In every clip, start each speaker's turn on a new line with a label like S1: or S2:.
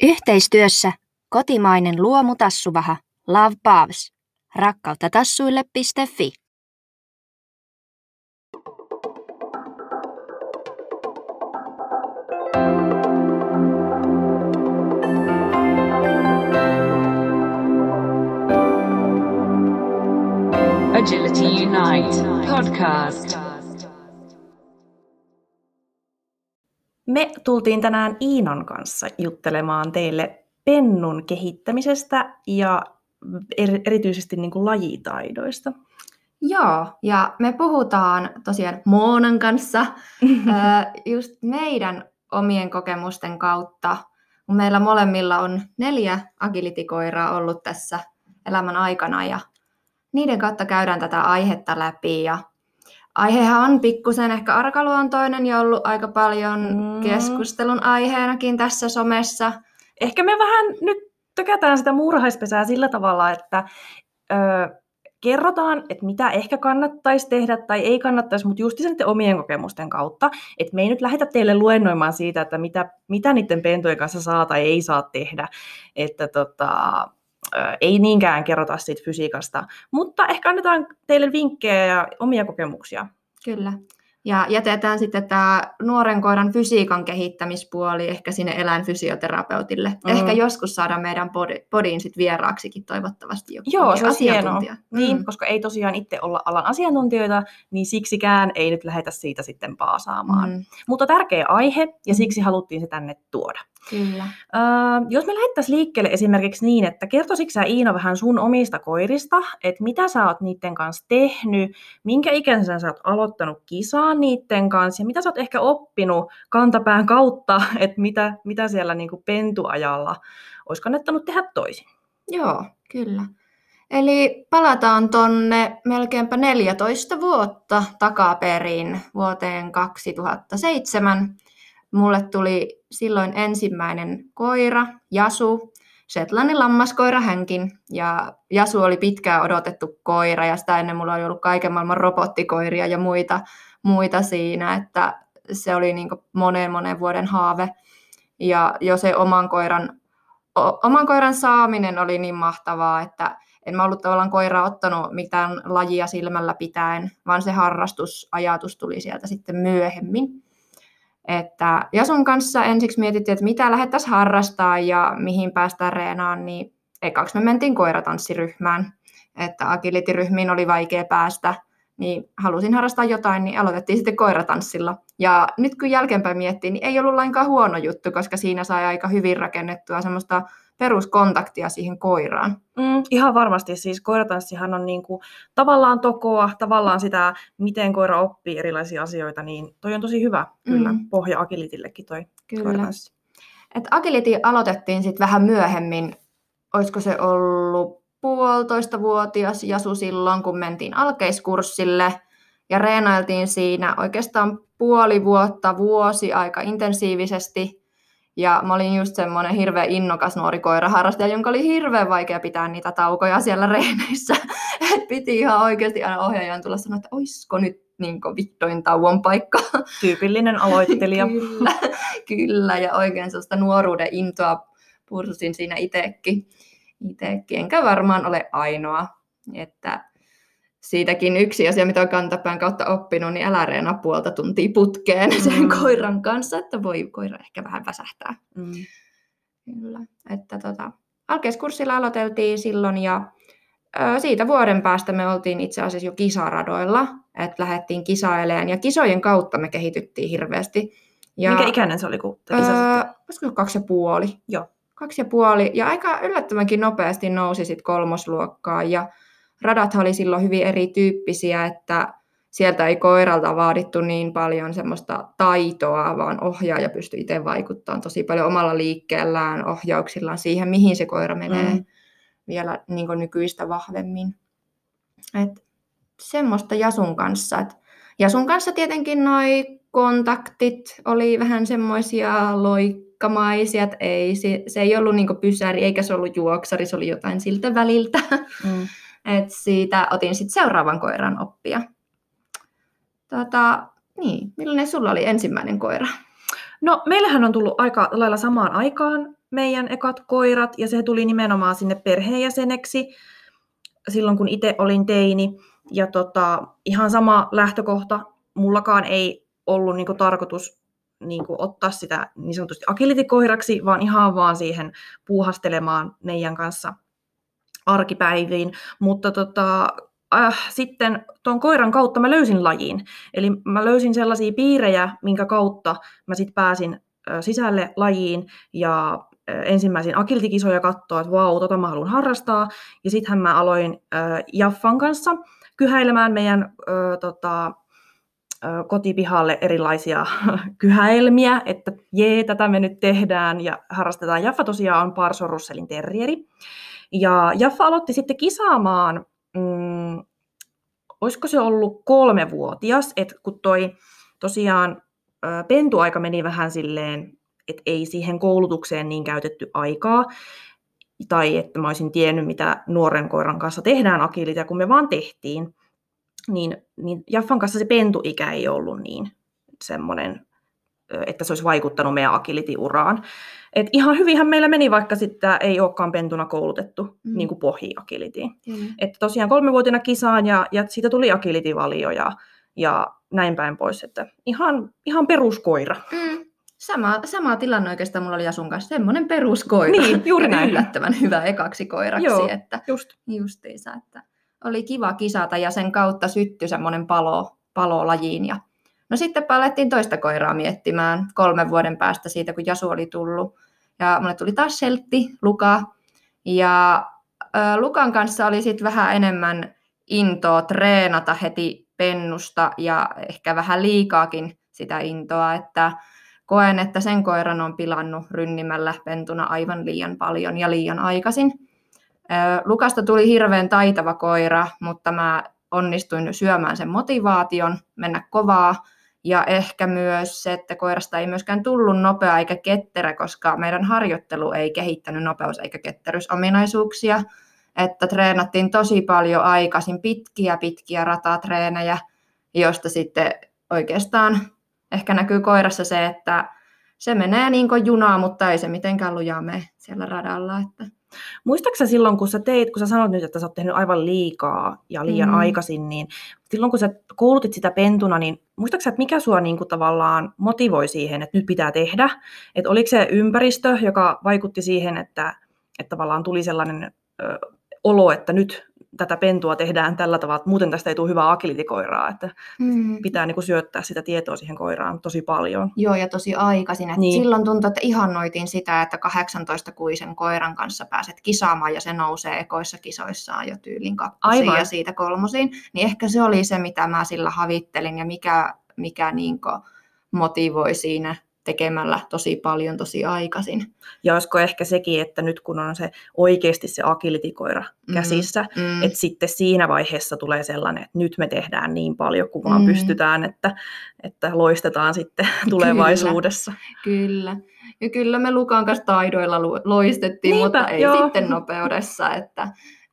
S1: Yhteistyössä kotimainen luomutassuvaha Love Pavs. Rakkautta tassuille.fi.
S2: Agility Unite podcast.
S3: Me tultiin tänään Iinan kanssa juttelemaan teille pennun kehittämisestä ja erityisesti niin kuin lajitaidoista.
S4: Joo, ja me puhutaan tosiaan Moonan kanssa just meidän omien kokemusten kautta. Meillä molemmilla on 4 agility-koiraa ollut tässä elämän aikana ja niiden kautta käydään tätä aihetta läpi. Ja aihehan on pikkusen ehkä arkaluontoinen ja ollut aika paljon keskustelun aiheenakin tässä somessa.
S3: Ehkä me vähän nyt tökätään sitä muurahaispesää sillä tavalla, että kerrotaan, että mitä ehkä kannattaisi tehdä tai ei kannattaisi, mutta just sen omien kokemusten kautta. Että me ei nyt lähdetä teille luennoimaan siitä, että mitä niiden pentujen kanssa saa tai ei saa tehdä. Että ei niinkään kerrota siitä fysiikasta, mutta ehkä annetaan teille vinkkejä ja omia kokemuksia.
S4: Kyllä. Ja jätetään sitten tämä nuoren koiran fysiikan kehittämispuoli ehkä sinne eläinfysioterapeutille. Ehkä joskus saadaan meidän podiin sit vieraaksikin toivottavasti joku asiantuntija.
S3: Niin, koska ei tosiaan itse olla alan asiantuntijoita, niin siksikään ei nyt lähdetä siitä sitten paasaamaan. Mutta tärkeä aihe ja siksi haluttiin se tänne tuoda.
S4: Kyllä.
S3: Jos me lähdettäisiin liikkeelle esimerkiksi niin, että kertoisitko sä Iina vähän sun omista koirista, että mitä sä oot niiden kanssa tehnyt, minkä ikäisenä sä oot aloittanut kisaa niiden kanssa ja mitä sä oot ehkä oppinut kantapään kautta, että mitä siellä niinku pentuajalla olisi kannattanut tehdä toisin?
S4: Joo, kyllä. Eli palataan tonne melkeinpä 14 vuotta takaperin vuoteen 2007. Mulle tuli silloin ensimmäinen koira, Jasu, Shetlandin lammaskoira hänkin. Ja Jasu oli pitkään odotettu koira ja sitä ennen mulla oli ollut kaiken maailman robottikoiria ja muita siinä, että se oli niin kuin monen vuoden haave. Ja jo se oman koiran saaminen oli niin mahtavaa, että en mä ollut tavallaan koiraa ottanut mitään lajia silmällä pitäen, vaan se harrastusajatus tuli sieltä sitten myöhemmin. Että Jasun kanssa ensiksi mietittiin, että mitä lähdettäisiin harrastaa ja mihin päästään reenaan, niin ekaksi me mentiin koiratanssiryhmään. Että agility-ryhmiin oli vaikea päästä, niin halusin harrastaa jotain, niin aloitettiin sitten koiratanssilla. Ja nyt kun jälkeenpäin miettii, niin ei ollut lainkaan huono juttu, koska siinä sai aika hyvin rakennettua semmoista peruskontaktia siihen koiraan.
S3: Ihan varmasti. Siis koiratanssihan on niinku tavallaan tokoa, tavallaan sitä, miten koira oppii erilaisia asioita, niin toi on tosi hyvä kyllä pohja agilitillekin toi koiratanssi.
S4: Et agility aloitettiin sitten vähän myöhemmin, olisiko se ollut 1,5-vuotias Jasu silloin, kun mentiin alkeiskurssille ja reenailtiin siinä oikeastaan vuosi aika intensiivisesti. Ja mä olin just semmoinen hirveän innokas nuori koiraharrastaja, jonka oli hirveän vaikea pitää niitä taukoja siellä reeneissä. Et piti ihan oikeasti aina ohjaajan tulla sanoa, että oisko nyt niin vihdoin tauon paikka.
S3: Tyypillinen aloittelija.
S4: Kyllä, ja oikein sellaista nuoruuden intoa pursusin siinä itsekin. Enkä varmaan ole ainoa. Että siitäkin yksi asia, mitä on kantapään kautta oppinut, niin älä reenaa 0,5 tuntia putkeen sen koiran kanssa, että voi koira ehkä vähän väsähtää. Kyllä. Että alkeiskurssilla aloiteltiin silloin ja siitä vuoden päästä me oltiin itse asiassa jo kisaradoilla, että lähdettiin kisailemaan ja kisojen kautta me kehityttiin hirveästi. Ja,
S3: minkä ikäinen se oli, kun te kisasitte?
S4: 2,5.
S3: Joo.
S4: 2,5 ja aika yllättävänkin nopeasti nousi sitten 3. luokkaan ja radathan oli silloin hyvin erityyppisiä, että sieltä ei koiralta vaadittu niin paljon semmoista taitoa, vaan ohjaaja pystyi itse vaikuttamaan tosi paljon omalla liikkeellään, ohjauksillaan siihen, mihin se koira menee vielä niin kuin nykyistä vahvemmin. Et semmoista Jasun kanssa. Et Jasun kanssa tietenkin noi kontaktit oli vähän semmoisia loikkamaisia, että se ei ollut niin kuin pysäri eikä se ollut juoksari, se oli jotain siltä väliltä. Et siitä otin sitten seuraavan koiran oppia. Niin, millainen sulla oli ensimmäinen koira?
S3: No, meillähän on tullut aika lailla samaan aikaan. meidän ekat koirat, ja se tuli nimenomaan sinne perheenjäseneksi silloin, kun itse olin teini. Ja ihan sama lähtökohta, mullakaan ei ollut niinku tarkoitus niinku ottaa sitä niin sanotusti agility-koiraksi, vaan ihan vaan siihen puuhastelemaan meidän kanssa arkipäiviin. Mutta sitten tuon koiran kautta mä löysin lajin. Eli mä löysin sellaisia piirejä, minkä kautta mä sitten pääsin sisälle lajiin ja ensimmäisiin agility-kisoja katsoa, että vau, mä haluan harrastaa. Ja sittenhän mä aloin Jaffan kanssa kyhäilemään meidän kotipihalle erilaisia kyhäelmiä, että jee, tätä me nyt tehdään ja harrastetaan. Jaffa tosiaan on Parson Russellin terrieri. Ja Jaffa aloitti sitten kisaamaan, olisiko se ollut 3-vuotias, että kun toi tosiaan pentuaika meni vähän silleen, että ei siihen koulutukseen niin käytetty aikaa, tai että mä olisin tiennyt, mitä nuoren koiran kanssa tehdään agilityä, kun me vaan tehtiin, niin Jaffan kanssa se pentuikä ei ollut niin semmoinen, että se olisi vaikuttanut meidän agility-uraan. Et ihan hyvinhän meillä meni, vaikka sitten ei olekaan pentuna koulutettu niin kuin pohji-agilityin. Että tosiaan 3-vuotiaana kisaan ja siitä tuli agility-valio ja näin päin pois. Että ihan peruskoira.
S4: Sama tilanne oikeastaan mulla oli Jasun kanssa. Semmoinen peruskoira.
S3: Niin, juuri näin.
S4: Yllättävän hyvä ekaksi koiraksi.
S3: Joo,
S4: että
S3: justiinsa.
S4: Että oli kiva kisata ja sen kautta syttyi semmoinen palo lajiin. No sitten alettiin toista koiraa miettimään 3 vuoden päästä siitä, kun Jasu oli tullut. Ja mulle tuli taas seltti, Luka. Ja Lukan kanssa oli sitten vähän enemmän intoa treenata heti pennusta ja ehkä vähän liikaakin sitä intoa, että koen, että sen koiran on pilannut rynnimällä pentuna aivan liian paljon ja liian aikaisin. Lukasta tuli hirveän taitava koira, mutta mä onnistuin syömään sen motivaation, mennä kovaa. Ja ehkä myös se, että koirasta ei myöskään tullut nopea eikä ketterä, koska meidän harjoittelu ei kehittänyt nopeus- eikä ketterysominaisuuksia. Että treenattiin tosi paljon aikaisin pitkiä ratatreenejä, josta sitten oikeastaan ehkä näkyy koirassa se, että se menee niin kuin junaa, mutta ei se mitenkään lujaa mene siellä radalla. Että
S3: Muistatko sä silloin, kun sä sanot nyt, että sä oot tehnyt aivan liikaa ja liian aikaisin, niin silloin kun sä koulutit sitä pentuna, niin muistatko sä, että mikä sua niin kuin tavallaan motivoi siihen, että nyt pitää tehdä? Että oliko se ympäristö, joka vaikutti siihen, että tavallaan tuli sellainen olo, että nyt tätä pentua tehdään tällä tavalla, että muuten tästä ei tule hyvää agility-koiraa, että pitää niin kuin syöttää sitä tietoa siihen koiraan tosi paljon.
S4: Joo, ja tosi aikaisin. Niin. Silloin tuntui, että ihannoitiin sitä, että 18-kuisen koiran kanssa pääset kisaamaan ja se nousee ekoissa kisoissaan jo tyylin 2 ja siitä 3. Niin ehkä se oli se, mitä mä sillä havittelin ja mikä niin kuin motivoi siinä tekemällä tosi paljon tosi aikaisin.
S3: Ja olisiko ehkä sekin, että nyt kun on se oikeasti se agility-koira käsissä, että sitten siinä vaiheessa tulee sellainen, että nyt me tehdään niin paljon kuin vaan pystytään, että loistetaan sitten tulevaisuudessa.
S4: Kyllä. Ja kyllä me Lukan kanssa taidoilla loistettiin, mutta ei sitten nopeudessa, että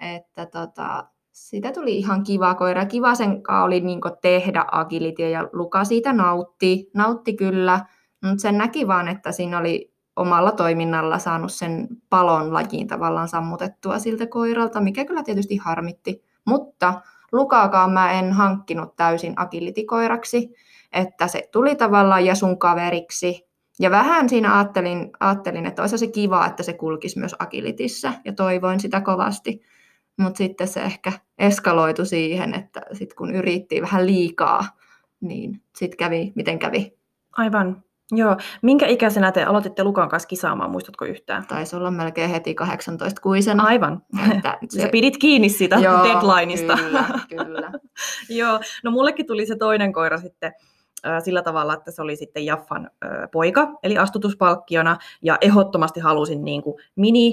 S4: siitä tuli ihan kiva koira. Kiva sen kanssa oli niin kuin tehdä agilityä ja Luka siitä nautti kyllä. Mutta sen näki vaan, että siinä oli omalla toiminnalla saanut sen palon lajiin tavallaan sammutettua siltä koiralta, mikä kyllä tietysti harmitti. Mutta Lukaakaan mä en hankkinut täysin agility-koiraksi, että se tuli tavallaan Jasun kaveriksi. Ja vähän siinä ajattelin, että olisi se kiva, että se kulkisi myös agilityssä ja toivoin sitä kovasti. Mutta sitten se ehkä eskaloitui siihen, että sit kun yritti vähän liikaa, niin sitten kävi miten kävi.
S3: Aivan. Joo. Minkä ikäisenä te aloititte Lukan kanssa kisaamaan, muistatko yhtään?
S4: Taisi olla melkein heti 18-kuisena.
S3: Aivan. Sä pidit kiinni siitä deadlineista.
S4: Kyllä.
S3: Joo. No mullekin tuli se toinen koira sitten sillä tavalla, että se oli sitten Jaffan poika, eli astutuspalkkiona, ja ehdottomasti halusin niin kuin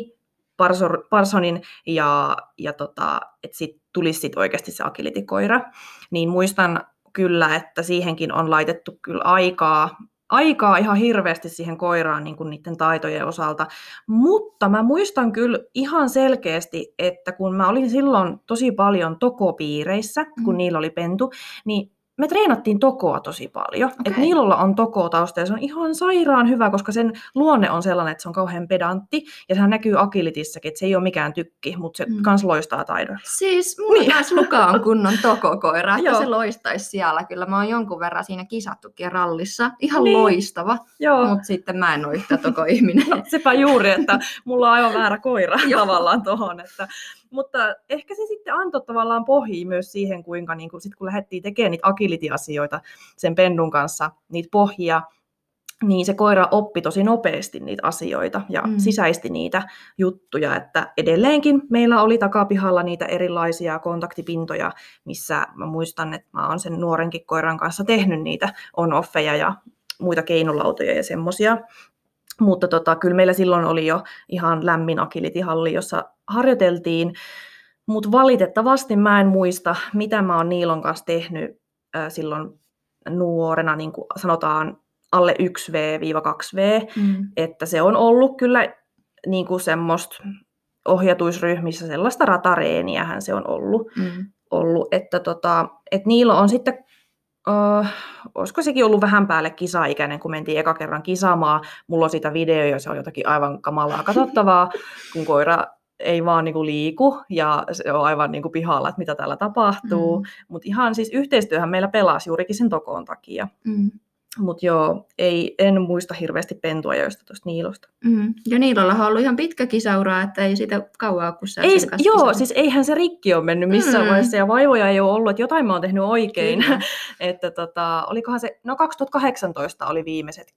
S3: Parsonin, ja että sitten tulisi sit oikeasti se agility-koira. Niin muistan kyllä, että siihenkin on laitettu kyllä aikaa ihan hirveästi siihen koiraan niin kuin niiden taitojen osalta, mutta mä muistan kyllä ihan selkeästi, että kun mä olin silloin tosi paljon tokopiireissä, kun niillä oli pentu, niin me treenattiin tokoa tosi paljon.
S4: Okei.
S3: Et Niilolla on tokotausta ja se on ihan sairaan hyvä, koska sen luonne on sellainen, että se on kauhean pedantti. Ja sehän näkyy agilitissakin, että se ei ole mikään tykki, mutta se kans loistaa taidoilla.
S4: Siis mulla taas Luka on kunnon tokokoira, että
S3: Joo.
S4: se loistaisi siellä. Kyllä mä oon jonkun verran siinä kisattukin rallissa. Ihan
S3: Niin.
S4: loistava,
S3: Joo.
S4: mutta sitten mä en ole yhtä tokoihminen.
S3: Sepä juuri, että mulla on aivan väärä koira tavallaan tohon. Mutta ehkä se sitten antoi tavallaan pohjia myös siihen, kuinka niin kun, sit kun lähdettiin tekemään niitä agility-asioita sen Pendun kanssa, niitä pohjia, niin se koira oppi tosi nopeasti niitä asioita ja sisäisti niitä juttuja, että edelleenkin meillä oli takapihalla niitä erilaisia kontaktipintoja, missä mä muistan, että mä oon sen nuorenkin koiran kanssa tehnyt niitä on-offeja ja muita keinolautoja ja semmosia. Mutta kyllä meillä silloin oli jo ihan lämmin agility-halli, jossa harjoiteltiin, mutta valitettavasti mä en muista, mitä mä oon Niilon kanssa tehnyt silloin nuorena, niin kuin sanotaan alle 1V-2V, että se on ollut kyllä niin kuin semmoista ohjatuisryhmissä sellaista ratareeniähän se on ollut että Niilo on sitten olisiko sekin ollut vähän päälle kisaikäinen, kun mentiin eka kerran kisaamaan. Mulla on siitä video, ja se on jotakin aivan kamalaa katsottavaa, kun koira ei vaan niinku liiku, ja se on aivan niinku pihalla, että mitä täällä tapahtuu. Mutta ihan siis yhteistyöhän meillä pelasi juurikin sen tokoon takia. Mutta joo, en muista hirveästi pentuajoista tuosta Niilosta.
S4: Ja Niilolla on ollut ihan pitkä kisaura, että ei sitä kauaa, kun sä
S3: ei,
S4: sen kanssa
S3: joo,
S4: kisannut.
S3: siis eihän se rikki ole mennyt missään vaiheessa, ja vaivoja ei ole ollut, että jotain mä oon tehnyt oikein. Että olikohan se, 2018 oli viimeiset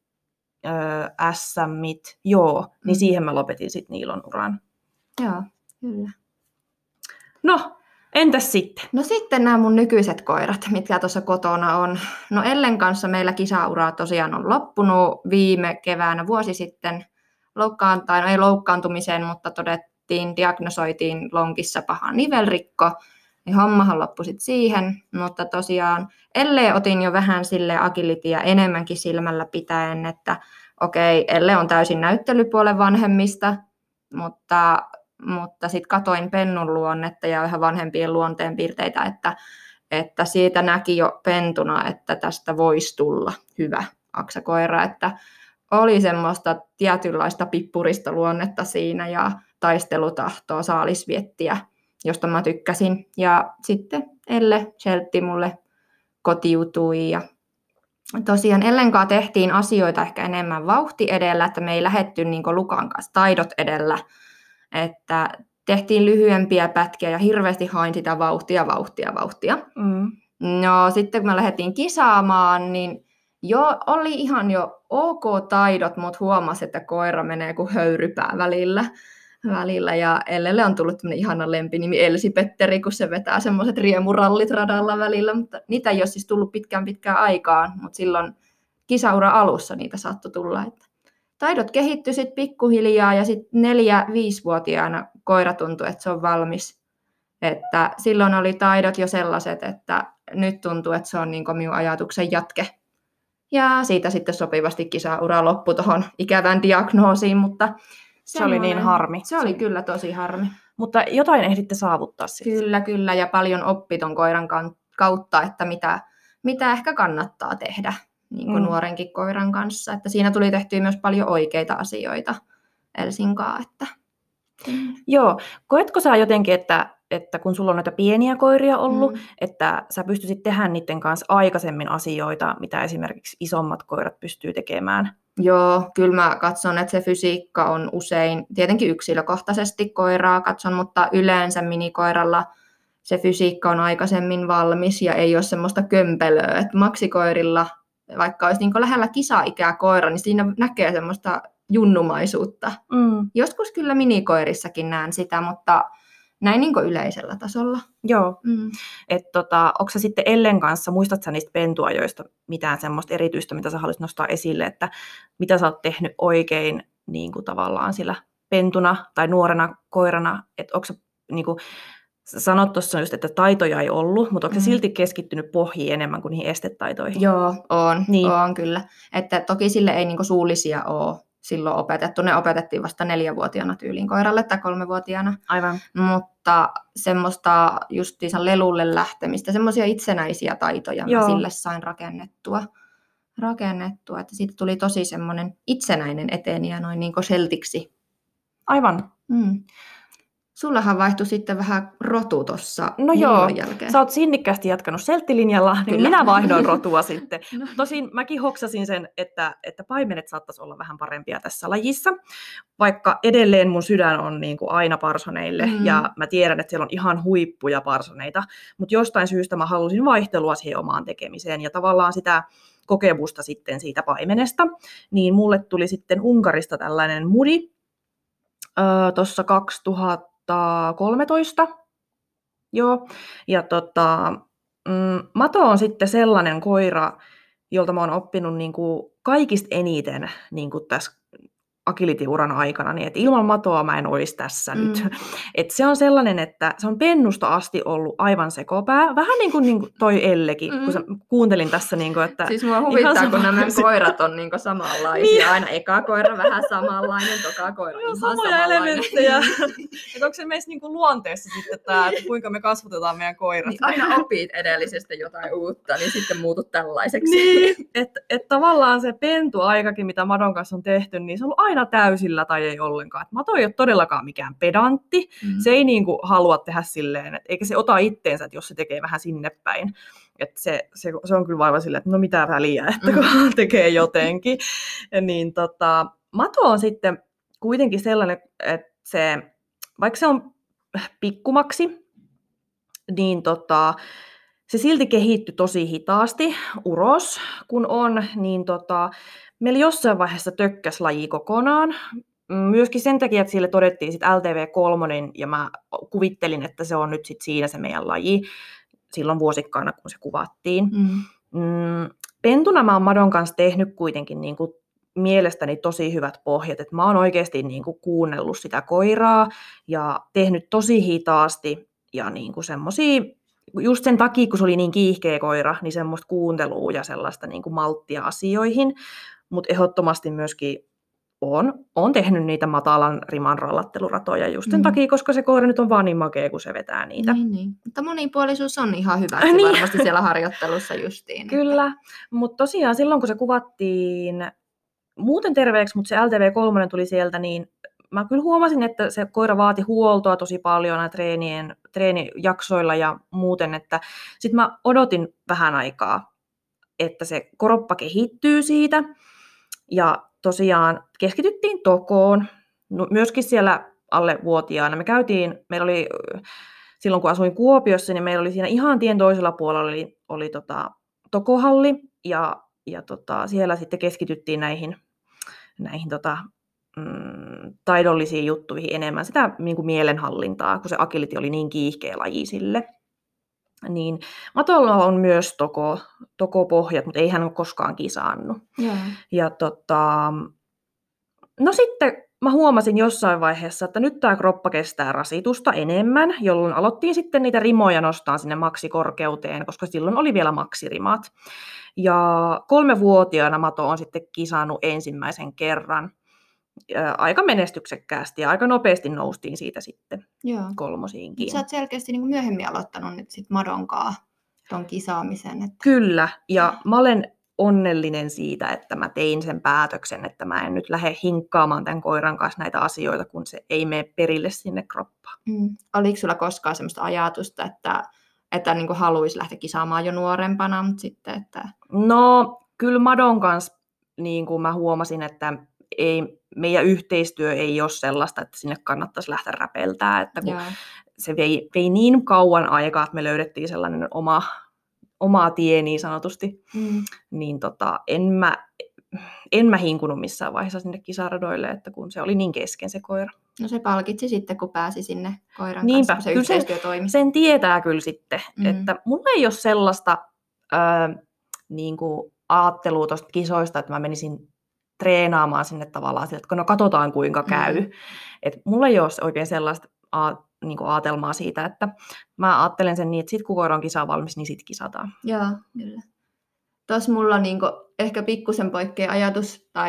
S3: SMit, joo, niin siihen mä lopetin sitten Niilon uran.
S4: Joo, kyllä.
S3: No, entäs sitten?
S4: No sitten nämä mun nykyiset koirat, mitkä tuossa kotona on. No Ellen kanssa meillä kisaura tosiaan on loppunut viime keväänä vuosi sitten. Ei loukkaantumiseen, mutta diagnosoitiin lonkissa paha nivelrikko. Niin hommahan loppui sitten siihen, mutta tosiaan Elle otin jo vähän sille agilityä enemmänkin silmällä pitäen, että okei, Elle on täysin näyttelypuolen vanhemmista, mutta sitten katoin Pennun luonnetta ja vähän vanhempien luonteenpiirteitä, että siitä näki jo pentuna, että tästä voisi tulla hyvä aksakoira, että oli semmoista tietynlaista pippurista luonnetta siinä ja taistelutahtoa, saalisviettiä, josta mä tykkäsin. Ja sitten Elle Sheltti mulle kotiutui ja tosiaan Ellen kanssa tehtiin asioita ehkä enemmän vauhti edellä, että me ei lähdetty niin kuin Lukan kanssa taidot edellä, että tehtiin lyhyempiä pätkiä ja hirveästi hain sitä vauhtia. No sitten kun me lähdettiin kisaamaan, niin oli ihan jo ok taidot, mutta huomasi, että koira menee kuin höyrypää välillä. Ja Ellelle on tullut tämmöinen ihana lempinimi Elsi-Petteri, kun se vetää semmoiset riemurallit radalla välillä. Mutta niitä ei ole siis tullut pitkään aikaan, mutta silloin kisaura alussa niitä saattoi tulla. Että taidot kehittyi sitten pikkuhiljaa ja sitten 4-5-vuotiaana koira tuntui, että se on valmis. Että silloin oli taidot jo sellaiset, että nyt tuntuu, että se on niin kuin minun ajatuksen jatke. Ja siitä sitten sopivasti kisaura loppui tuohon ikävään diagnoosiin, mutta
S3: se oli niin harmi.
S4: Se oli kyllä tosi harmi.
S3: Mutta jotain ehditte saavuttaa sitten.
S4: Kyllä, ja paljon oppi ton koiran kautta, että mitä ehkä kannattaa tehdä niin kuin nuorenkin koiran kanssa. Että siinä tuli tehtyä myös paljon oikeita asioita Elsinkaan.
S3: Joo, koetko sä jotenkin, että kun sulla on näitä pieniä koiria ollut, että sä pystyisit tehdä niiden kanssa aikaisemmin asioita, mitä esimerkiksi isommat koirat pystyy tekemään?
S4: Joo, kyllä mä katson, että se fysiikka on usein, tietenkin yksilökohtaisesti koiraa katson, mutta yleensä minikoiralla se fysiikka on aikaisemmin valmis ja ei ole semmoista kömpelöä, että maksikoirilla, vaikka olisi niin kuin lähellä kisa-ikää koira, niin siinä näkee semmoista junnumaisuutta. Joskus kyllä minikoirissakin näen sitä, mutta näin niin kuin yleisellä tasolla.
S3: Joo. Onko sä sitten Ellen kanssa, muistatko sä niistä pentuajoista mitään semmoista erityistä, mitä sä haluaisit nostaa esille, että mitä sä oot tehnyt oikein niin kuin tavallaan sillä pentuna tai nuorena koirana, että onko sä niin kuin, sanot tuossa just, että taitoja ei ollut, mutta onko se silti keskittynyt pohjiin enemmän kuin niihin estetaitoihin?
S4: Joo, on kyllä. Että toki sille ei niinku suullisia ole silloin opetettu. Ne opetettiin vasta 4-vuotiaana tyyliin koiralle tai 3-vuotiaana.
S3: Aivan.
S4: Mutta semmoista justiinsa lelulle lähtemistä, semmoisia itsenäisiä taitoja mä sille sain rakennettua. Että siitä tuli tosi semmoinen itsenäinen eteen ja noin niin kuin seltiksi.
S3: Aivan.
S4: Sullahan vaihtui sitten vähän rotu tuossa jälkeen.
S3: Sä oot sinnikkäästi jatkanut selttilinjalla, niin minä vaihdoin rotua sitten.
S4: No.
S3: Tosin mäkin hoksasin sen, että paimenet saattaisi olla vähän parempia tässä lajissa, vaikka edelleen mun sydän on niin kuin aina parsoneille, ja mä tiedän, että siellä on ihan huippuja parsoneita, mutta jostain syystä mä halusin vaihtelua siihen omaan tekemiseen, ja tavallaan sitä kokemusta sitten siitä paimenesta, niin mulle tuli sitten Unkarista tällainen mudi, tuossa 2013. Joo. Ja Mato on sitten sellainen koira, jolta mä oon oppinut niin kuin kaikista eniten niin kuin tässä agility-uran aikana, niin että ilman Matoa mä en olisi tässä nyt. Et se on sellainen, että se on pennusta asti ollut aivan sekopää. Vähän niin kuin toi Ellekin, kun kuuntelin tässä. Niin kuin, että
S4: siis mua huvittaa, kun nämä koirat on niin kuin samanlaisia. Niin. Aina eka koira vähän samanlainen, toka koira ihan
S3: samoja
S4: samanlainen.
S3: Elementtejä. Että onko se meissä niin kuin luonteessa sitten tämä, että kuinka me kasvatetaan meidän koirat.
S4: Niin aina opit edellisestä jotain uutta, niin sitten muutut tällaiseksi.
S3: Niin, että tavallaan se pentuaikakin, mitä Madon kanssa on tehty, niin se on ollut aina täysillä tai ei ollenkaan. Et Mato ei ole todellakaan mikään pedantti. Se ei niinku halua tehdä silleen, eikä se ota itteensä, että jos se tekee vähän sinne päin. Et se on kyllä vaiva silleen, että no mitä väliä, että kun tekee jotenkin. Niin Mato on sitten kuitenkin sellainen, että vaikka se on pikkumaksi, niin se silti kehittyi tosi hitaasti uros, kun on, niin meillä jossain vaiheessa tökkäs laji kokonaan. Myöskin sen takia, että sille todettiin sit LTV3, ja mä kuvittelin, että se on nyt sit siinä se meidän laji, silloin vuosikkaana, kun se kuvattiin. Pentuna mä oon Madon kanssa tehnyt kuitenkin niin kuin mielestäni tosi hyvät pohjat. Et mä oon oikeasti niin kuin kuunnellut sitä koiraa ja tehnyt tosi hitaasti ja niin kuin semmosia, just sen takia, kun se oli niin kiihkeä koira, niin semmoista kuuntelua ja sellaista niin kuin malttia asioihin. Mutta ehdottomasti myöskin on tehnyt niitä matalan riman rallatteluratoja just sen takia, koska se koira nyt on vaan niin makea, kun se vetää niitä.
S4: Niin. Mutta monipuolisuus on ihan hyvä varmasti siellä harjoittelussa justiin.
S3: Kyllä, mutta tosiaan silloin, kun se kuvattiin muuten terveeksi, mutta se LTV3 tuli sieltä, niin mä kyllä huomasin, että se koira vaati huoltoa tosi paljon treenijaksoilla ja muuten, että sitten mä odotin vähän aikaa, että se koroppa kehittyy siitä, ja tosiaan keskityttiin tokoon, myöskin siellä alle vuotiaana. Meillä oli, silloin kun asuin Kuopiossa, niin meillä oli siinä ihan tien toisella puolella oli tokohalli, ja siellä sitten keskityttiin näihin taidollisiin juttuihin enemmän, sitä niin kuin mielenhallintaa, kun se agility oli niin kiihkeä laji sille. Niin Matolla on myös tokopohjat, mutta ei hän ole koskaan kisannut. Ja no sitten mä huomasin jossain vaiheessa, että nyt tämä kroppa kestää rasitusta enemmän, jolloin aloittiin sitten niitä rimoja nostaa sinne maksikorkeuteen, koska silloin oli vielä maksirimat. Ja 3-vuotiaana Mato on sitten kisannut ensimmäisen kerran aika menestyksekkäästi ja aika nopeasti noustiin siitä sitten kolmosiinkin.
S4: Sä oot selkeästi niin kuin myöhemmin aloittanut nyt sit Madonkaan ton kisaamisen. Että...
S3: Kyllä, ja mä olen onnellinen siitä, että mä tein sen päätöksen, että mä en nyt lähde hinkkaamaan tämän koiran kanssa näitä asioita, kun se ei mene perille sinne kroppaan.
S4: Oliko sulla koskaan semmoista ajatusta, että niin kuin haluaisi lähteä kisaamaan jo nuorempana, mutta sitten, että...
S3: No, kyllä Madon kanssa niin kuin mä huomasin, että meidän yhteistyö ei ole sellaista, että sinne kannattaisi lähteä räpeltää, että kun se vei niin kauan aikaa, että me löydettiin sellainen oma tie niin sanotusti, niin en mä hinkunut missään vaiheessa sinne kisaradoille, että kun se oli niin kesken se koira.
S4: No se palkitsi sitten, kun pääsi sinne koiran
S3: Niinpä,
S4: kanssa, kun se yhteistyö toimi.
S3: Sen tietää kyllä sitten, että mulla ei ole sellaista niin kuin ajattelua tuosta kisoista, että mä menisin treenaamaan sinne tavallaan sille, että no katsotaan kuinka käy. Et mulla ei ole oikein sellaista niin kuin aatelmaa siitä, että mä ajattelen sen niin, että sit kun koira on kisaan valmis, niin sit kisataan.
S4: Joo, kyllä. Tuossa mulla niin kuin ehkä pikkusen poikkea ajatus, tai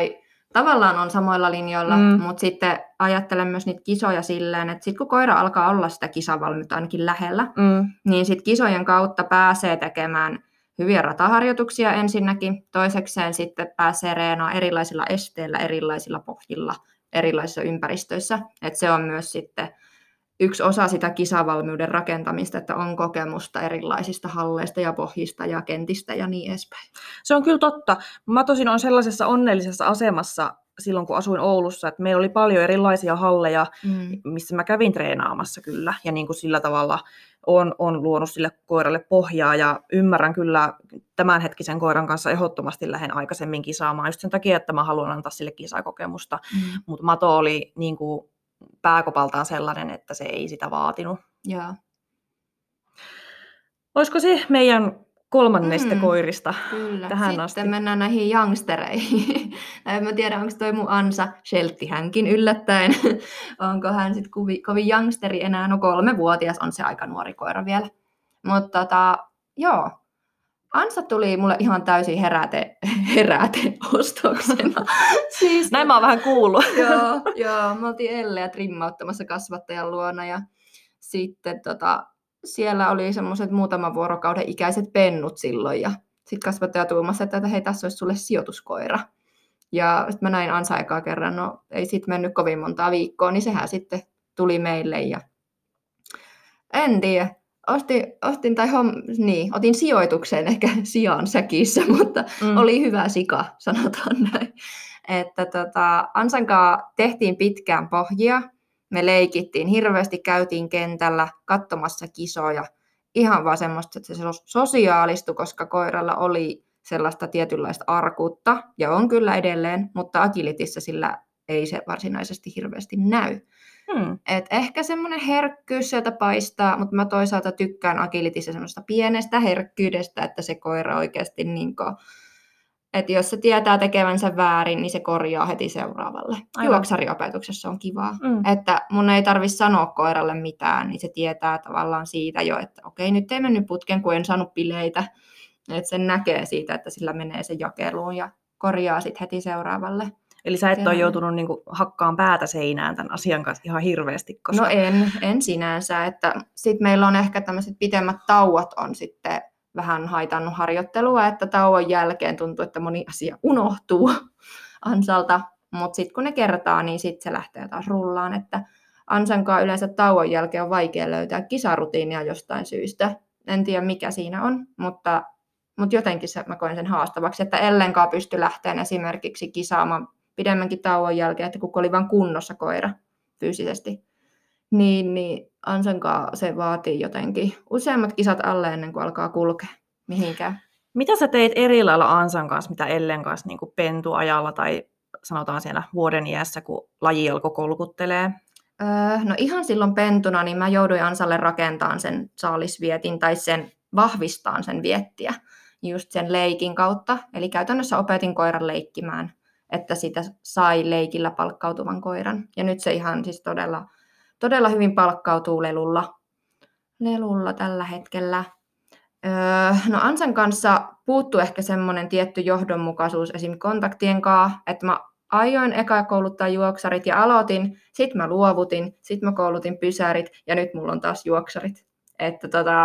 S4: tavallaan on samoilla linjoilla, mutta sitten ajattelen myös niitä kisoja silleen, että sitten kun koira alkaa olla sitä kisavalmiutta ainakin lähellä, niin sitten kisojen kautta pääsee tekemään hyviä rataharjoituksia ensinnäkin, toisekseen sitten pääsee reenaamaan erilaisilla esteillä, erilaisilla pohjilla, erilaisissa ympäristöissä, että se on myös sitten yksi osa sitä kisavalmiuden rakentamista, että on kokemusta erilaisista halleista ja pohjista ja kentistä ja niin edespäin.
S3: Se on kyllä totta. Mä tosin on sellaisessa onnellisessa asemassa silloin, kun asuin Oulussa, että meillä oli paljon erilaisia halleja, missä mä kävin treenaamassa kyllä. Ja niin kuin sillä tavalla on luonut sille koiralle pohjaa ja ymmärrän kyllä tämänhetkisen koiran kanssa ehdottomasti lähden aikaisemmin kisaamaan just sen takia, että mä haluan antaa sille kisakokemusta. Mutta Mato oli niin kuin pääkopaltaan sellainen, että se ei sitä vaatinut.
S4: Joo.
S3: Olisiko se meidän kolmannesta koirista
S4: kyllä.
S3: tähän
S4: Sitten
S3: asti?
S4: mennään näihin youngstereihin. En mä tiedä, onko toi mun ansa Sheltti hänkin yllättäen. Onko hän sitten kovin youngsteri enää? No 3-vuotias on se aika nuori koira vielä. Mutta joo. Ansa tuli mulle ihan täysin heräteostoksena. Siis,
S3: näin mä oon vähän kuullut.
S4: joo, me oltiin Elleä trimmauttamassa kasvattajan luona ja sitten siellä oli semmoiset muutaman vuorokauden ikäiset pennut silloin ja sitten kasvattaja tuumasi, että hei, tässä olisi sulle sijoituskoira. Ja sitten mä näin Ansa ekaa kerran, no ei sitten mennyt kovin montaa viikkoa, niin sehän sitten tuli meille ja en tiedä. Otin sijoitukseen ehkä sijaan säkissä, mutta oli hyvä sika, sanotaan näin. Että Ansan kanssa tehtiin pitkään pohjia, me leikittiin hirveästi, käytiin kentällä katsomassa kisoja, ihan vaan semmoista, että se sosiaalistui, koska koiralla oli sellaista tietynlaista arkuutta, ja on kyllä edelleen, mutta agilitissa sillä ei se varsinaisesti hirveästi näy. Et ehkä semmoinen herkkyys sieltä paistaa, mutta mä toisaalta tykkään agilitissa semmoista pienestä herkkyydestä, että se koira oikeasti että jos se tietää tekevänsä väärin, niin se korjaa heti seuraavalle. Juoksariopetuksessa on kivaa. Että mun ei tarvitse sanoa koiralle mitään, niin se tietää tavallaan siitä jo, että okei, nyt ei mennyt putken, kun en saanut bileitä. Että sen näkee siitä, että sillä menee se jakeluun ja korjaa sitten heti seuraavalle.
S3: Eli sä et ole joutunut niinku hakkaan päätä seinään tämän asian kanssa ihan hirveästi? Koska...
S4: No en sinänsä. Että sit meillä on ehkä tämmöiset pitemmät tauot on sitten vähän haitannut harjoittelua, että tauon jälkeen tuntuu, että moni asia unohtuu Ansalta. Mutta sitten kun ne kertaa, niin sitten se lähtee taas rullaan. Että Ansankaan yleensä tauon jälkeen on vaikea löytää kisarutiinia jostain syystä. En tiedä mikä siinä on, mutta jotenkin mä koen sen haastavaksi, että Ellenkaan pystyi lähteen esimerkiksi kisaamaan pidemmänkin tauon jälkeen, että kun oli vain kunnossa koira fyysisesti, niin Ansankaan se vaatii jotenkin useammat kisat alle ennen kuin alkaa kulkea mihinkään.
S3: Mitä sä teit eri lailla Ansan kanssa, mitä Ellen kanssa niin kuin pentuajalla tai sanotaan siellä vuoden iässä, kun laji alkoi kolkuttelee?
S4: No ihan silloin pentuna, niin mä jouduin Ansalle rakentamaan sen saalisvietin tai sen vahvistaan sen viettiä just sen leikin kautta. Eli käytännössä opetin koiran leikkimään, että sitä sai leikillä palkkautuvan koiran. Ja nyt se ihan siis todella hyvin palkkautuu lelulla tällä hetkellä. No Ansan kanssa puuttuu ehkä semmoinen tietty johdonmukaisuus esim. Kontaktien kanssa, että mä aioin eka kouluttaa juoksarit ja aloitin, sitten mä luovutin, sitten mä koulutin pysärit ja nyt mulla on taas juoksarit. Että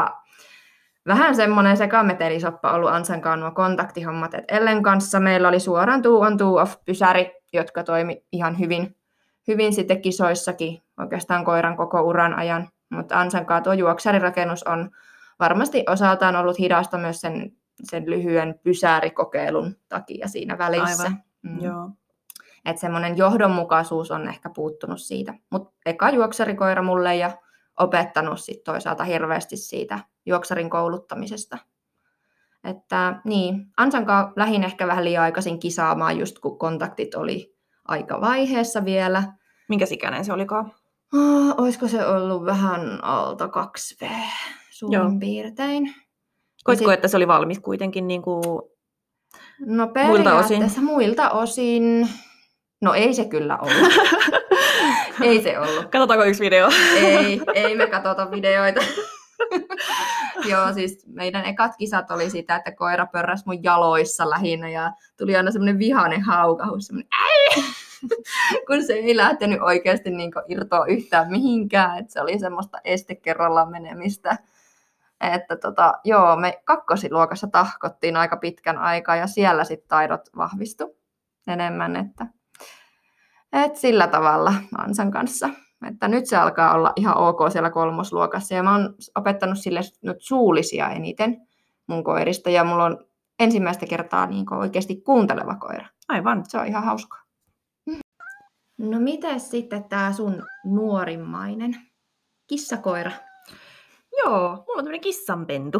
S4: vähän semmoinen sekametelisoppa ollut Ansankaan nuo kontaktihommat. Et Ellen kanssa meillä oli suoraan two-on-two-off pysäri, jotka toimi ihan hyvin sitten kisoissakin oikeastaan koiran koko uran ajan. Mutta Ansankaan tuo juoksarirakennus on varmasti osaltaan ollut hidasta myös sen lyhyen pysäärikokeilun takia siinä välissä.
S3: Aivan, joo.
S4: Että semmoinen johdonmukaisuus on ehkä puuttunut siitä. Mutta eka juoksarikoira mulle ja opettanut sit toisaalta hirveästi siitä juoksarin kouluttamisesta. Että niin, Ansankaan lähin ehkä vähän liian aikaisin kisaamaan, just kun kontaktit oli aika vaiheessa vielä.
S3: Minkäs ikäinen se olikaan?
S4: Olisiko se ollut vähän alta 2V suurin piirtein.
S3: Koitko, että se oli valmis kuitenkin niin kuin
S4: no periaatteessa muilta osin. No ei se kyllä ollut. Ei se ollut.
S3: Katsotaanko yksi video?
S4: Ei me katsota videoita. Joo, siis meidän ekat kisat oli sitä, että koira pörräsi mun jaloissa lähinnä ja tuli aina semmoinen vihainen haukahus, semmoinen kun se ei lähtenyt oikeasti niin irtoa yhtään mihinkään, että se oli semmoista este kerrallaan menemistä. Että joo, me kakkosiluokassa tahkottiin aika pitkän aikaa ja siellä sitten taidot vahvistu enemmän, että sillä tavalla Ansan kanssa. Että nyt se alkaa olla ihan ok siellä kolmosluokassa ja mä oon opettanut sille nyt suullisia eniten mun koirista ja mulla on ensimmäistä kertaa niin oikeasti kuunteleva koira.
S3: Aivan.
S4: Se on ihan hauskaa. No miten sitten tää sun nuorimmainen kissakoira?
S3: Joo, mulla on tämmöinen kissanpentu.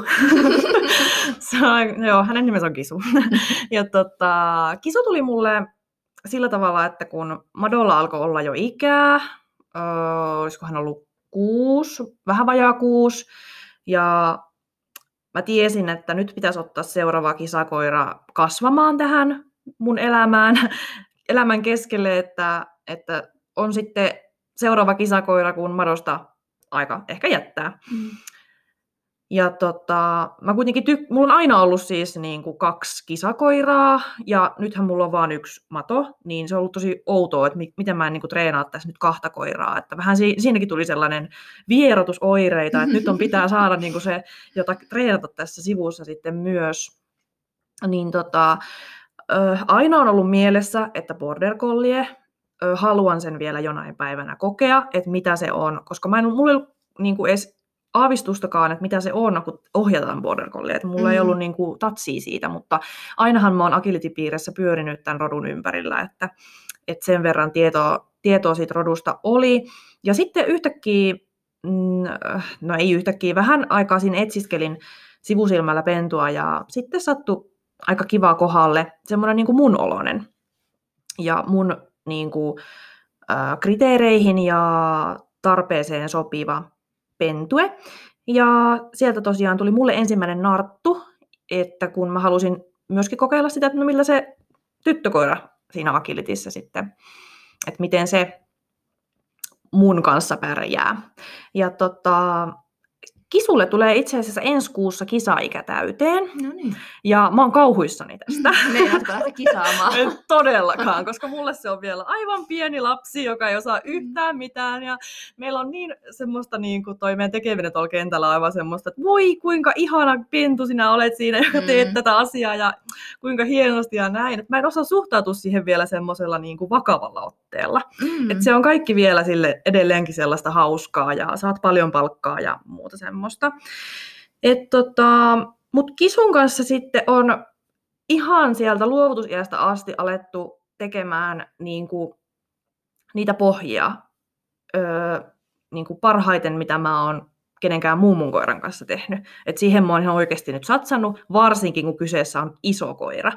S3: Joo, hänen nimensä on Kisu. Ja Kisu tuli mulle sillä tavalla, että kun Madolla alkoi olla jo ikää, olisiko hän ollut 6, vähän vajaa 6, ja mä tiesin, että nyt pitäisi ottaa seuraava kisakoira kasvamaan tähän mun elämän keskelle, että on sitten seuraava kisakoira, kun Madosta aika ehkä jättää. Ja mä kuitenkin mulla on aina ollut siis niin kuin 2 kisakoiraa, ja nythän mulla on vaan 1 Mato, niin se on ollut tosi outoa, että miten mä en niin kuin treenaa tässä nyt 2 koiraa, että vähän siinäkin tuli sellainen vierotusoireita, että nyt pitää saada niin kuin se, jota treenata tässä sivussa sitten myös. Niin aina on ollut mielessä, että border collie, haluan sen vielä jonain päivänä kokea, että mitä se on, koska mulla ei ollut niin kuin edes aavistustakaan, että mitä se on, kun ohjataan border collie. Että mulla ei ollut niin kuin tatsia siitä, mutta ainahan mä oon agility-piirissä pyörinyt tämän rodun ympärillä, että sen verran tietoa siitä rodusta oli. Ja sitten yhtäkkiä, no ei yhtäkkiä, vähän aikaa siinä etsiskelin sivusilmällä pentua ja sitten sattui aika kivaa kohdalle semmoinen niin kuin mun oloinen ja mun niin kuin, kriteereihin ja tarpeeseen sopiva pentue. Ja sieltä tosiaan tuli mulle ensimmäinen narttu, että kun mä halusin myöskin kokeilla sitä, että no millä se tyttökoira siinä agilityssä sitten, että miten se mun kanssa pärjää. Ja Kisulle tulee itse asiassa ensi kuussa kisaikä täyteen.
S4: No niin.
S3: Ja mä oon kauhuissani tästä.
S4: Meinaatko lähteä kisaamaan?
S3: En todellakaan, koska mulle se on vielä aivan pieni lapsi, joka ei osaa yhtään mitään. Ja meillä on niin semmoista, niin kuin toi meidän tekeminen tuolla kentällä on aivan semmoista, että voi kuinka ihana pentu sinä olet siinä, joka teet tätä asiaa ja kuinka hienosti ja näin. Et mä en osaa suhtautua siihen vielä semmoisella niin kuin vakavalla otteella. Et se on kaikki vielä sille edelleenkin sellaista hauskaa ja saat paljon palkkaa ja muuta semmoista. Mutta Kisun kanssa sitten on ihan sieltä luovutusiästä asti alettu tekemään niinku, niitä pohjia niinku parhaiten, mitä mä oon kenenkään muun mun koiran kanssa tehnyt. Et siihen mä oon ihan oikeasti nyt satsannut, varsinkin kun kyseessä on iso koira.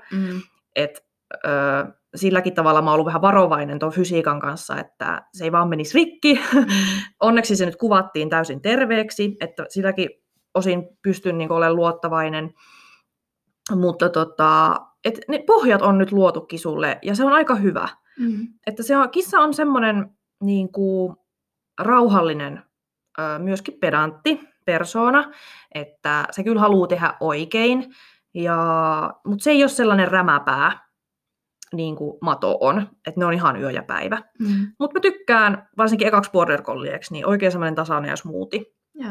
S3: Silläkin tavalla mä oon ollut vähän varovainen tuon fysiikan kanssa, että se ei vaan menisi rikki. Onneksi se nyt kuvattiin täysin terveeksi, että silläkin osin pystyn niin olemaan luottavainen. Mutta ne pohjat on nyt luotu Kisulle ja se on aika hyvä. Että kissa on semmoinen niin kuin rauhallinen, myöskin pedantti persoona, että se kyllä haluaa tehdä oikein, mutta se ei ole sellainen rämäpää, niin kuin Mato on, että ne on ihan yö ja päivä. Mutta mä tykkään, varsinkin ekaksi border collieksi, niin oikein semmoinen tasainen ja smoothie.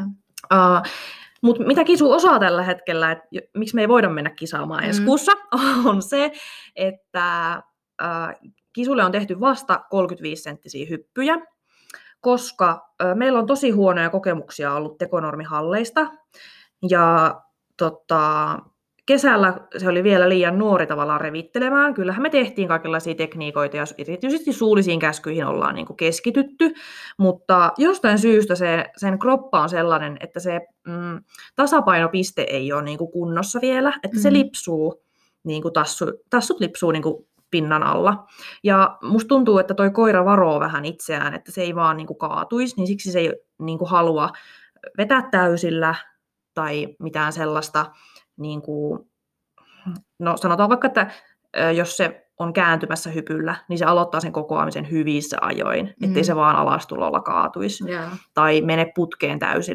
S3: Mutta mitä Kisu osaa tällä hetkellä, että miksi me ei voida mennä kisaamaan ensi kuussa, on se, että Kisulle on tehty vasta 35-senttisiä hyppyjä, koska meillä on tosi huonoja kokemuksia ollut tekonormihalleista. Ja kesällä se oli vielä liian nuori tavallaan revittelemään. Kyllähän me tehtiin kaikenlaisia tekniikoita ja erityisesti suullisiin käskyihin ollaan niin kuin keskitytty, mutta jostain syystä sen kroppa on sellainen, että se tasapainopiste ei ole niin kuin kunnossa vielä, että se lipsuu, niin kuin tassut lipsuu niin kuin pinnan alla. Ja musta tuntuu, että toi koira varoo vähän itseään, että se ei vaan niin kuin kaatuisi, niin siksi se ei niin kuin halua vetää täysillä tai mitään sellaista. Niin kuin, no sanotaan vaikka, että jos se on kääntymässä hypyllä, niin se aloittaa sen kokoamisen hyvissä ajoin, ettei se vaan alastulolla kaatuisi tai mene putkeen täysillä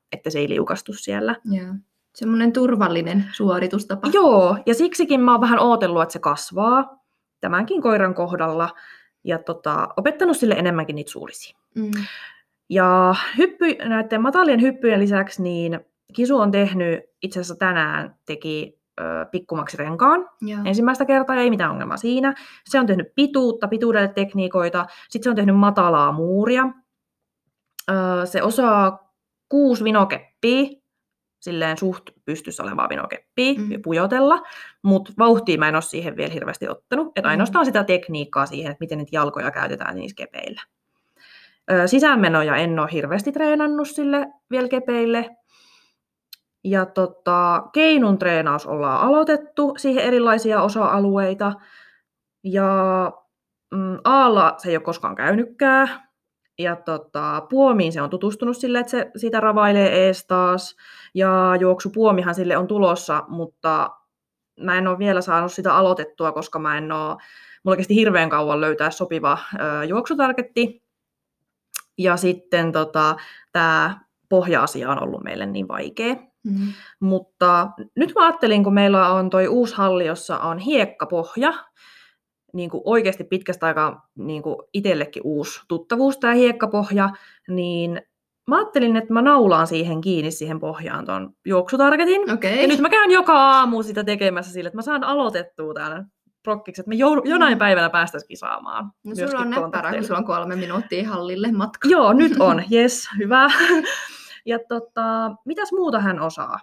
S3: että se ei liukastu siellä.
S4: Joo. Semmoinen turvallinen suoritustapa.
S3: Joo, ja siksikin mä oon vähän ootellut, että se kasvaa tämänkin koiran kohdalla ja opettanut sille enemmänkin niitä suulisia. Ja näiden matalien hyppyjen lisäksi niin Kisu on tehnyt, itse asiassa tänään teki pikkumaksirenkaan ensimmäistä kertaa ja ei mitään ongelmaa siinä. Se on tehnyt pituudelle tekniikoita, sitten se on tehnyt matalaa muuria. Se osaa 6 vinokeppiä, silleen suht pystyssä olevaa vinokeppiä pujotella, mutta vauhtia mä en ole siihen vielä hirveästi ottanut. Että ainoastaan sitä tekniikkaa siihen, että miten niitä jalkoja käytetään niissä kepeillä. Sisäänmenoja en ole hirveästi treenannut sille vielä kepeille. Ja keinun treenaus ollaan aloitettu, siihen erilaisia osa-alueita. Ja Aalla se ei ole koskaan käynytkään. Ja puomiin se on tutustunut silleen, että se siitä ravailee ees taas. Ja juoksupuomihan sille on tulossa, mutta mä en ole vielä saanut sitä aloitettua, koska mulla kesti hirveän kauan löytää sopiva juoksutargetti. Ja sitten tämä pohja-asia on ollut meille niin vaikea. Mutta nyt mä ajattelin, kun meillä on toi uusi halli, jossa on hiekkapohja, niin kuin oikeasti pitkästä aikaa niin kuin itsellekin uusi tuttavuus tämä hiekkapohja, niin mä ajattelin, että mä naulaan siihen pohjaan ton juoksutargetin.
S4: Okay.
S3: Ja nyt mä käyn joka aamu sitä tekemässä sille, että mä saan aloitettua täällä prokkiksi, että me jonain päivänä päästäisiin kisaamaan.
S4: No sulla on näppärä, kun sulla on 3 minuuttia hallille matka.
S3: Joo, nyt on. Jes, hyvä. Ja mitäs muuta hän osaa?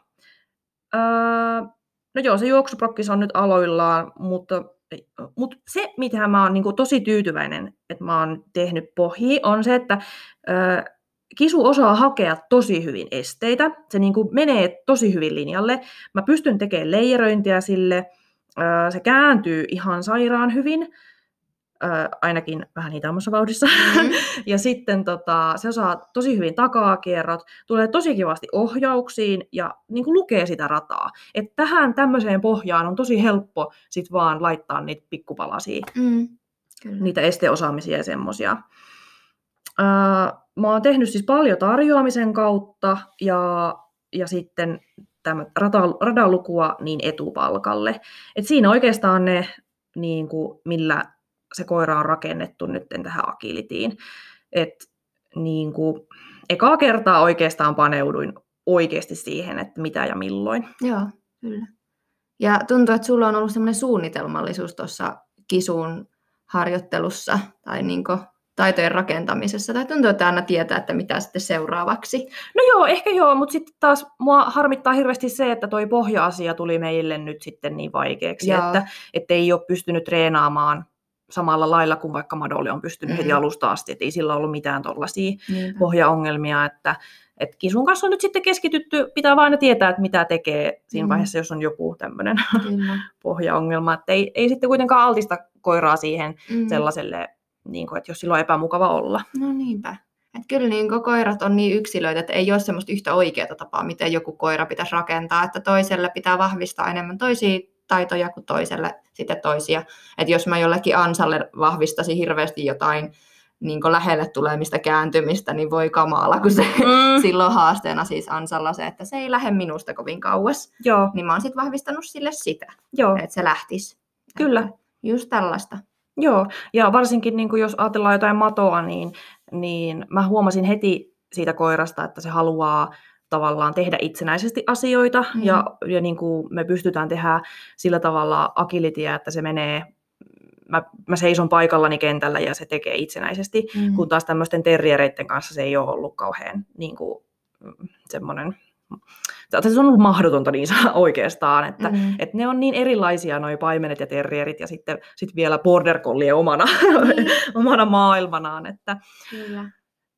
S3: No joo, se juoksuprokkis on nyt aloillaan, mutta se, mitä mä oon niin kuin tosi tyytyväinen, että mä oon tehnyt pohjia, on se, että Kisu osaa hakea tosi hyvin esteitä. Se niin kuin menee tosi hyvin linjalle. Mä pystyn tekemään leijeröintiä sille. Se kääntyy ihan sairaan hyvin. Ainakin vähän hitaamassa vauhdissa. Ja sitten se osaa tosi hyvin takakierrot, tulee tosi kivasti ohjauksiin ja niin kuin lukee sitä rataa. Että tähän tämmöiseen pohjaan on tosi helppo sit vaan laittaa niitä pikkupalasia, niitä esteosaamisia ja semmosia. Mä oon tehnyt siis paljon tarjoamisen kautta ja sitten tämä radanlukua niin etupalkalle. Et siinä oikeastaan ne, niin kuin, millä se koira on rakennettu nyt tähän agilitiin. Niin kuin, ekaa kertaa oikeastaan paneuduin oikeasti siihen, että mitä ja milloin.
S4: Joo, kyllä. Ja tuntuu, että sulla on ollut semmoinen suunnitelmallisuus tuossa Kisun harjoittelussa tai niin kuin taitojen rakentamisessa. Tai tuntuu, että aina tietää, että mitä sitten seuraavaksi.
S3: No joo, ehkä joo, mutta sitten taas mua harmittaa hirveästi se, että toi pohja-asia tuli meille nyt sitten niin vaikeaksi, että ei ole pystynyt treenaamaan samalla lailla kuin vaikka Madoli on pystynyt heti alusta asti, että ei sillä ollut mitään tollaisia pohjaongelmia, että Kisun kanssa on nyt sitten keskitytty, pitää vain tietää, että mitä tekee siinä vaiheessa, jos on joku tämmöinen pohjaongelma, että ei sitten kuitenkaan altista koiraa siihen sellaiselle, niin kuin, että jos sillä on epämukava olla.
S4: No niinpä. Että kyllä niin koirat on niin yksilöitä, että ei ole semmoista yhtä oikeaa tapaa, miten joku koira pitäisi rakentaa, että toiselle pitää vahvistaa enemmän toisia taitoja kuin toiselle sitten toisia. Että jos mä jollekin ansalle vahvistasin hirveästi jotain niin lähelle tulemista kääntymistä, niin voi kamala, kun se silloin haasteena siis ansalla se, että se ei lähde minusta kovin kauas.
S3: Joo.
S4: Niin mä oon sitten vahvistanut sille sitä, että se lähtisi.
S3: Kyllä.
S4: Että just tällaista.
S3: Joo, ja varsinkin niin jos ajatellaan jotain matoa, niin mä huomasin heti siitä koirasta, että se haluaa tavallaan tehdä itsenäisesti asioita, ja niin kuin me pystytään tehdä sillä tavalla agilityä, että se menee, mä seison paikallani kentällä ja se tekee itsenäisesti, kun taas tämmöisten terriereiden kanssa se ei ole ollut kauhean niin kuin, semmoinen, se on ollut mahdotonta niin oikeastaan, että ne on niin erilaisia noi paimenet ja terrierit ja sitten vielä border collie omana maailmanaan, että
S4: Kyllä.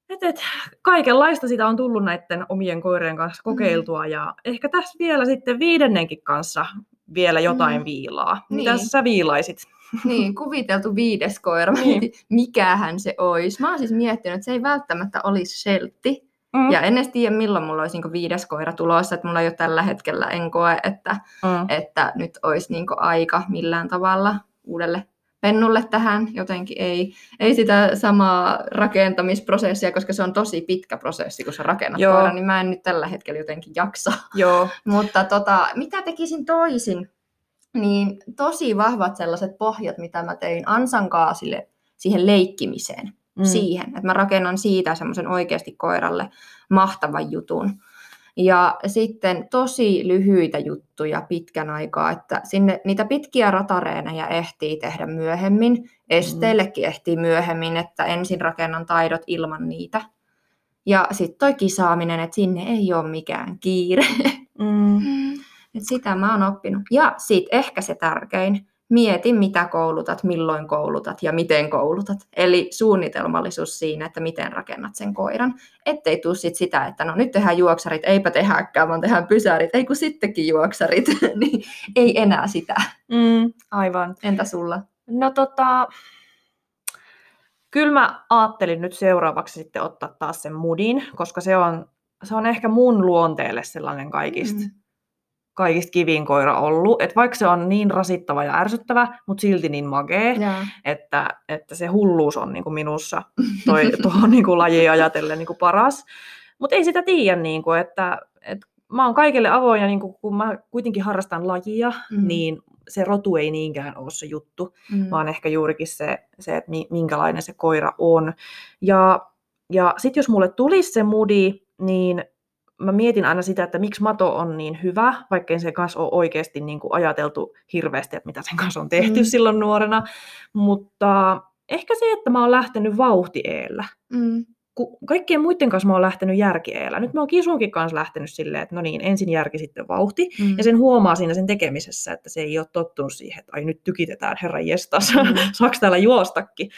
S3: Kaikenlaista sitä on tullut näiden omien koirien kanssa kokeiltua ja ehkä tässä vielä sitten 5. kanssa vielä jotain viilaa. Mitä sä viilaisit?
S4: Niin, kuviteltu 5. koira. Mikähän se olisi? Mä oon siis miettinyt, että se ei välttämättä olisi sheltti. Ja en edes tiedä, milloin mulla olisi 5. koira tulossa. Että mulla ei ole tällä hetkellä, en koe, että nyt olisi aika millään tavalla uudelle pennulle tähän, jotenkin ei sitä samaa rakentamisprosessia, koska se on tosi pitkä prosessi, kun sä rakennat koiran, niin mä en nyt tällä hetkellä jotenkin jaksa.
S3: Joo.
S4: Mutta mitä tekisin toisin? Niin tosi vahvat sellaiset pohjat, mitä mä tein Ansankaa siihen leikkimiseen. Siihen, että mä rakennan siitä semmoisen oikeasti koiralle mahtavan jutun. Ja sitten tosi lyhyitä juttuja pitkän aikaa, että sinne niitä pitkiä ratareenejä ehtii tehdä myöhemmin. Esteillekin ehtii myöhemmin, että ensin rakennan taidot ilman niitä. Ja sitten toi kisaaminen, että sinne ei ole mikään kiire. Et sitä mä oon oppinut. Ja sitten ehkä se tärkein, mieti mitä koulutat, milloin koulutat ja miten koulutat. Eli suunnitelmallisuus siinä, että miten rakennat sen koiran. Ettei tule sitä, että no nyt tehdään juoksarit, eipä tehdäkään, vaan tehdään pysärit. Ei kun sittenkin juoksarit, niin ei enää sitä.
S3: Aivan.
S4: Entä sulla?
S3: No kyllä mä ajattelin nyt seuraavaksi sitten ottaa taas sen mudin, koska se on ehkä mun luonteelle sellainen kaikista kivin koira ollut. Et vaikka se on niin rasittava ja ärsyttävä, mutta silti niin magee, että se hulluus on niinku minussa tuohon niinku lajiin ajatellen niinku paras. Mutta ei sitä tiedä, niinku, että mä oon kaikille avoin ja niinku, kun mä kuitenkin harrastan lajia, niin se rotu ei niinkään ole se juttu, vaan ehkä juurikin se että minkälainen se koira on. Ja sitten jos mulle tulisi se mudi, niin mä mietin aina sitä, että miksi mato on niin hyvä, vaikkei sen kanssa ole oikeasti niin kuin ajateltu hirveästi, että mitä sen kanssa on tehty silloin nuorena. Mutta ehkä se, että mä oon lähtenyt vauhti-eellä. Kaikkien muiden kanssa mä oon lähtenyt järki-eellä. Nyt mä oon Kisunkin kanssa lähtenyt silleen, että no niin, ensin järki, sitten vauhti. Ja sen huomaa siinä sen tekemisessä, että se ei ole tottunut siihen, että ai nyt tykitetään, herran jestas, saaks täällä juostakin.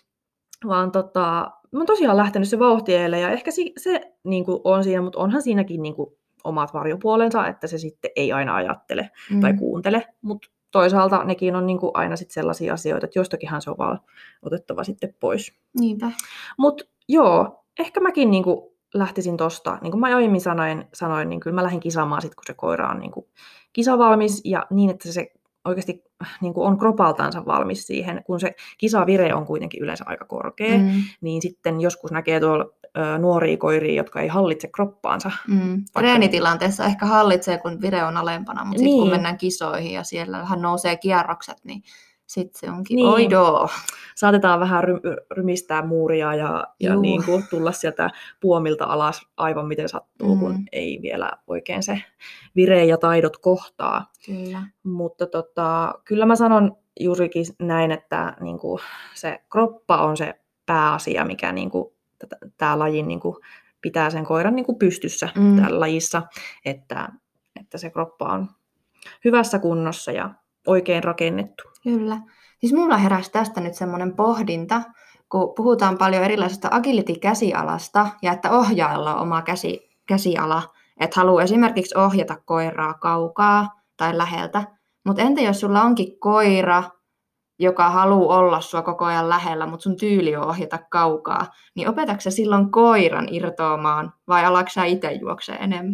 S3: Vaan mä oon tosiaan lähtenyt se vauhtieelle ja ehkä se niin kuin on siinä, mutta onhan siinäkin niin kuin omat varjopuolensa, että se sitten ei aina ajattele tai kuuntele, mutta toisaalta nekin on niin kuin aina sitten sellaisia asioita, että jostakinhan se on vaan otettava sitten pois.
S4: Niinpä.
S3: Mutta joo, ehkä mäkin niin kuin lähtisin tosta, niin kuin mä aiemmin sanoin, niin kyllä mä lähdin kisaamaan sitten, kun se koira on niin kuin kisavalmis ja niin, että se oikeasti niin kuin on kropaltaansa valmis siihen, kun se kisavire on kuitenkin yleensä aika korkea, niin sitten joskus näkee tuolla nuoria koiria, jotka ei hallitse kroppaansa.
S4: Treenitilanteessa ehkä hallitsee, kun vire on alempana, mutta sitten kun mennään kisoihin ja siellä vähän nousee kierrokset, niin sitten se onkin oidoo.
S3: Saatetaan vähän rymistää muuria ja niin kuin tulla sieltä puomilta alas aivan miten sattuu, kun ei vielä oikein se vire ja taidot kohtaa.
S4: Kyllä.
S3: Mutta kyllä mä sanon juurikin näin, että niin kuin se kroppa on se pääasia, mikä niin kuin tämä laji niin kuin pitää sen koiran niin kuin pystyssä täällä lajissa, että se kroppa on hyvässä kunnossa ja oikein rakennettu.
S4: Kyllä. Siis mulla heräsi tästä nyt semmoinen pohdinta, kun puhutaan paljon erilaisesta agility-käsialasta ja että ohjaajalla on oma käsiala, että haluaa esimerkiksi ohjata koiraa kaukaa tai läheltä. Mutta entä jos sulla onkin koira, joka haluaa olla sua koko ajan lähellä, mutta sun tyyli on ohjata kaukaa, niin opetatko sä silloin koiran irtoamaan vai alatko sä itse juoksee enemmän?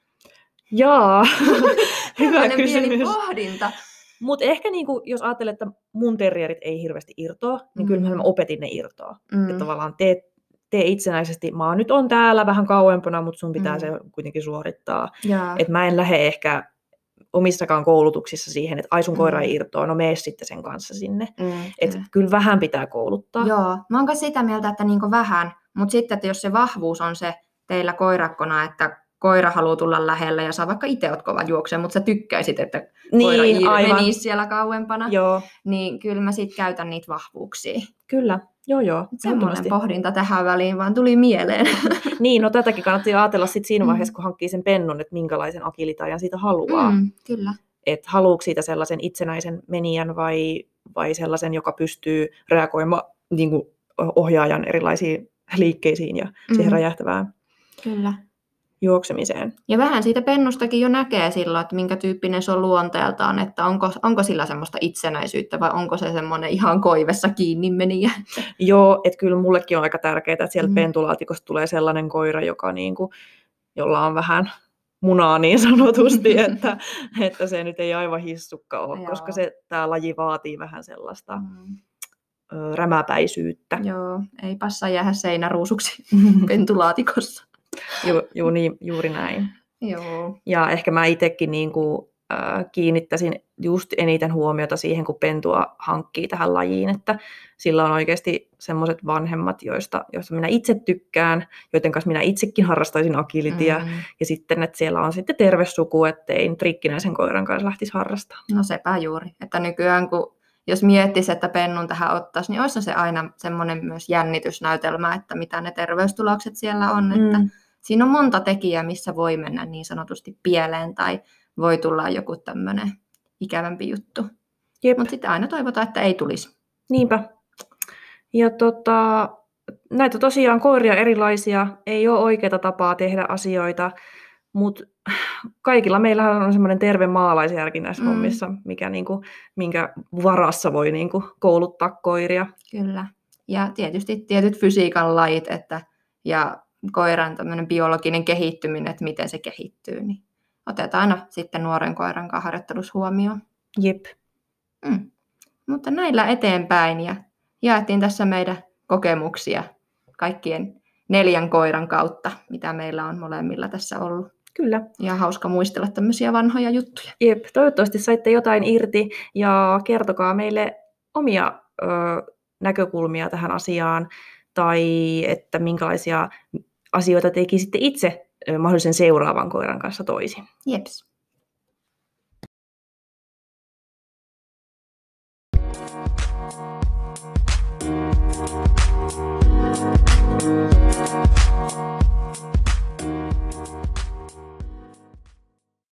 S3: Jaa, hyvä kysymys.
S4: Pieni pohdinta.
S3: Mutta ehkä niinku, jos ajattelet, että mun terrierit ei hirveästi irtoa, niin kyllä mä opetin ne irtoa. Että tavallaan tee itsenäisesti. Mä nyt on täällä vähän kauempana, mutta sun pitää se kuitenkin suorittaa. Että mä en lähde ehkä omissakaan koulutuksissa siihen, että ai sun koira ei irtoa, no mene sitten sen kanssa sinne. Että kyllä vähän pitää kouluttaa.
S4: Joo, mä oon kanssa sitä mieltä, että niinku vähän, mutta sitten, että jos se vahvuus on se teillä koirakkona, että koira haluaa tulla lähelle ja sä vaikka itse oot kova juokseen, mutta sä tykkäisit, että koira menisi siellä kauempana, niin kyllä mä sit käytän niitä vahvuuksia.
S3: Kyllä, joo.
S4: Semmoinen pohdinta tähän väliin vaan tuli mieleen.
S3: Niin, no tätäkin kannattaa ajatella sit siinä vaiheessa, kun hankkii sen pennun, että minkälaisen agilitaajan siitä haluaa.
S4: Kyllä.
S3: Että haluuko siitä sellaisen itsenäisen menijän vai sellaisen, joka pystyy reagoimaan niin kuin ohjaajan erilaisiin liikkeisiin ja siihen räjähtävään
S4: Kyllä.
S3: juoksemiseen.
S4: Ja vähän siitä pennustakin jo näkee silloin, että minkä tyyppinen se on luonteeltaan, että onko sillä semmoista itsenäisyyttä vai onko se semmoinen ihan koivessa kiinni meniä.
S3: Joo, että kyllä mullekin on aika tärkeää, että sieltä pentulaatikosta tulee sellainen koira, joka jolla on vähän munaa niin sanotusti, että se nyt ei aivan hissukka ole,
S4: Joo.
S3: koska tämä laji vaatii vähän sellaista rämäpäisyyttä.
S4: Joo, ei passa jäädä seinäruusuksi pentulaatikossa.
S3: Joo, niin, juuri näin.
S4: Joo.
S3: Ja ehkä mä itsekin kiinnittäisin just eniten huomiota siihen, kun pentua hankkii tähän lajiin, että sillä on oikeasti semmoiset vanhemmat, joista minä itse tykkään, joiden kanssa minä itsekin harrastaisin agilityä, ja sitten, että siellä on sitten terve suku, ettei nyt rikkinäisen koiran kanssa lähtisi harrastamaan.
S4: No sepä juuri, että nykyään jos miettisi, että pennun tähän ottaisi, niin olisi se aina semmoinen myös jännitysnäytelmä, että mitä ne terveystulokset siellä on, että siinä on monta tekijää, missä voi mennä niin sanotusti pieleen tai voi tulla joku tämmöinen ikävämpi juttu. Mutta sitten aina toivotaan, että ei tulisi.
S3: Niinpä. Ja näitä tosiaan koiria erilaisia, ei ole oikeaa tapaa tehdä asioita, mutta kaikilla meillähän on semmoinen terve maalaisjärki näissä hommissa, minkä varassa voi kouluttaa koiria.
S4: Kyllä. Ja tietysti tietyt fysiikan lajit ja koiran tämmöinen biologinen kehittyminen, että miten se kehittyy, niin otetaan aina sitten nuoren koiran kanssa harjoittelussa huomioon.
S3: Jep.
S4: Mutta näillä eteenpäin ja jaettiin tässä meidän kokemuksia kaikkien 4 koiran kautta, mitä meillä on molemmilla tässä ollut.
S3: Kyllä.
S4: Ja hauska muistella tämmöisiä vanhoja juttuja.
S3: Jep, toivottavasti saitte jotain irti ja kertokaa meille omia näkökulmia tähän asiaan tai että minkälaisia asioita tekisitte itse mahdollisen seuraavan koiran kanssa toisin.
S4: Jeps.